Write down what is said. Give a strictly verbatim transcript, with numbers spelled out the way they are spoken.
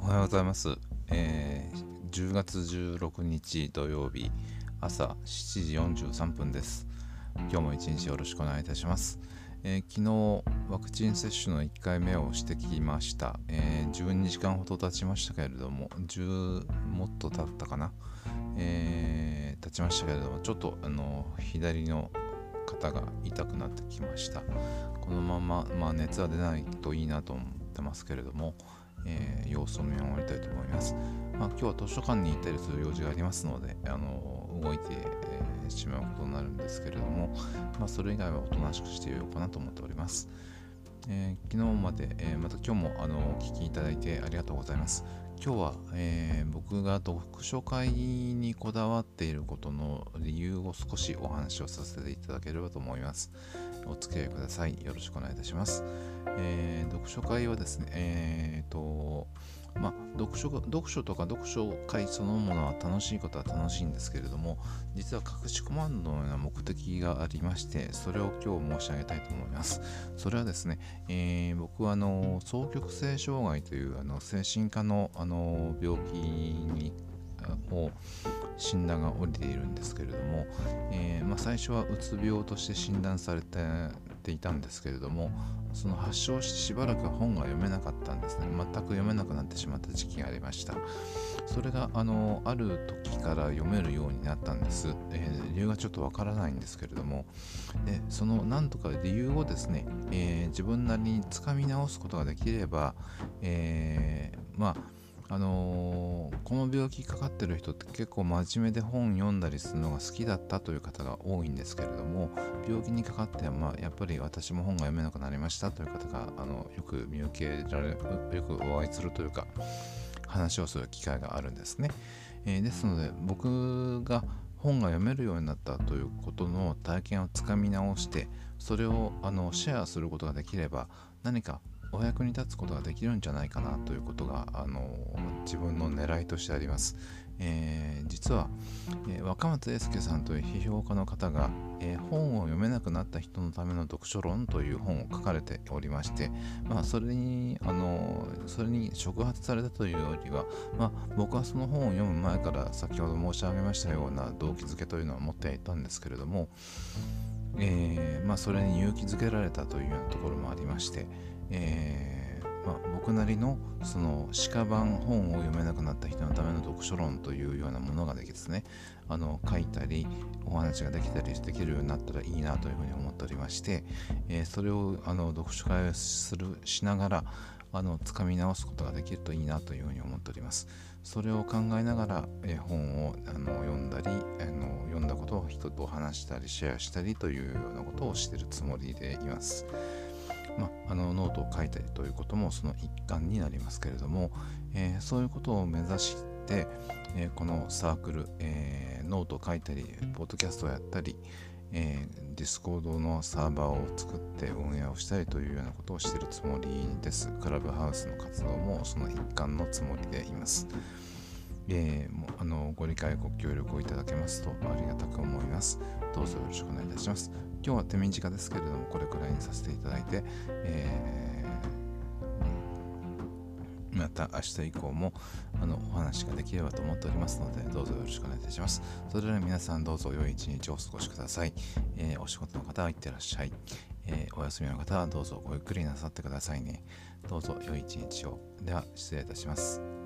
はようございます。えーじゅうがつじゅうろくにち土曜日朝しちじよんじゅうさんぷんです。今日も一日よろしくお願いいたします。えー昨日ワクチン接種のいっかいめをしてきました。えーじゅうにじかんほど経ちましたけれども、じゅうもっと経ったかな、えー経ちましたけれども、ちょっとあの左の肩が痛くなってきました。このまま、まあ、熱は出ないといいなと思ってますけれども、えー様子を見守りたいと思います。まあ、今日は図書館に行ったりする用事がありますので、あの動いて、えーしまうことになるんですけれども、まあ、それ以外はおとなしくしていようかなと思っております。えー昨日まで、えーまた今日もあのお聞きいただいてありがとうございます。今日は、えー僕が読書会にこだわっていることの理由を少しお話をさせていただければと思います。お付き合いください。よろしくお願いいたします。えー読書会はですね、えーと、まあ、読書が読書とか読書会そのものは楽しいことは楽しいんですけれども、実は隠しコマンドのような目的がありまして、それを今日申し上げたいと思います。それはですね、えー僕はあの双極性障害というあの精神科の、あの病気にを診断が下りているんですけれども、えーまあ、最初はうつ病として診断されていたんですけれども、その発症してしばらく本が読めなかったんですね。全く読めなくなってしまった時期がありました。それがあのある時から読めるようになったんです。えー理由がちょっとわからないんですけれども、でそのなんとか理由をですね、えー自分なりにつかみ直すことができれば、えーまああのーこの病気かかってる人って結構真面目で本読んだりするのが好きだったという方が多いんですけれども、病気にかかっては、まあ、やっぱり私も本が読めなくなりましたという方があのよく見受けられる、よくお会いするというか話をする機会があるんですね。えーですので僕が本が読めるようになったということの体験をつかみ直して、それをあのシェアすることができれば何かお役に立つことができるんじゃないかなということがあの自分の狙いとしてあります。えー実は、えー若松英輔さんという批評家の方が、えー本を読めなくなった人のための読書論という本を書かれておりまして、まあ、それにあのそれに触発されたというよりは、まあ、僕はその本を読む前から先ほど申し上げましたような動機づけというのは持っていたんですけれども、えーまあ、それに勇気づけられたというようなところもありまして、えーまあ、僕なりのその鹿版本を読めなくなった人のための読書論というようなものができですね、あの書いたりお話ができたりできるようになったらいいなというふうに思っておりまして、えーそれをあの読書会をするしながらあの掴み直すことができるといいなというふうに思っております。それを考えながら、えー本をあの読んだりあの読んだことを人と話したりシェアしたりというようなことをしているつもりでいます。まあ、あのノートを書いたりということもその一環になりますけれども、えーそういうことを目指して、えーこのサークル、えーノートを書いたりポッドキャストをやったり、えー、ディスコードのサーバーを作って運営をしたりというようなことをしているつもりです。クラブハウスの活動もその一環のつもりでいます。えー、もうあのご理解ご協力をいただけますとありがたく思います。どうぞよろしくお願いいたします。今日は手短ですけれどもこれくらいにさせていただいて、えーまた明日以降もあのお話ができればと思っておりますので、どうぞよろしくお願いいたします。それでは皆さんどうぞ良い一日をお過ごしください。えーお仕事の方はいってらっしゃい。えーお休みの方はどうぞごゆっくりなさってくださいね。どうぞ良い一日を。では失礼いたします。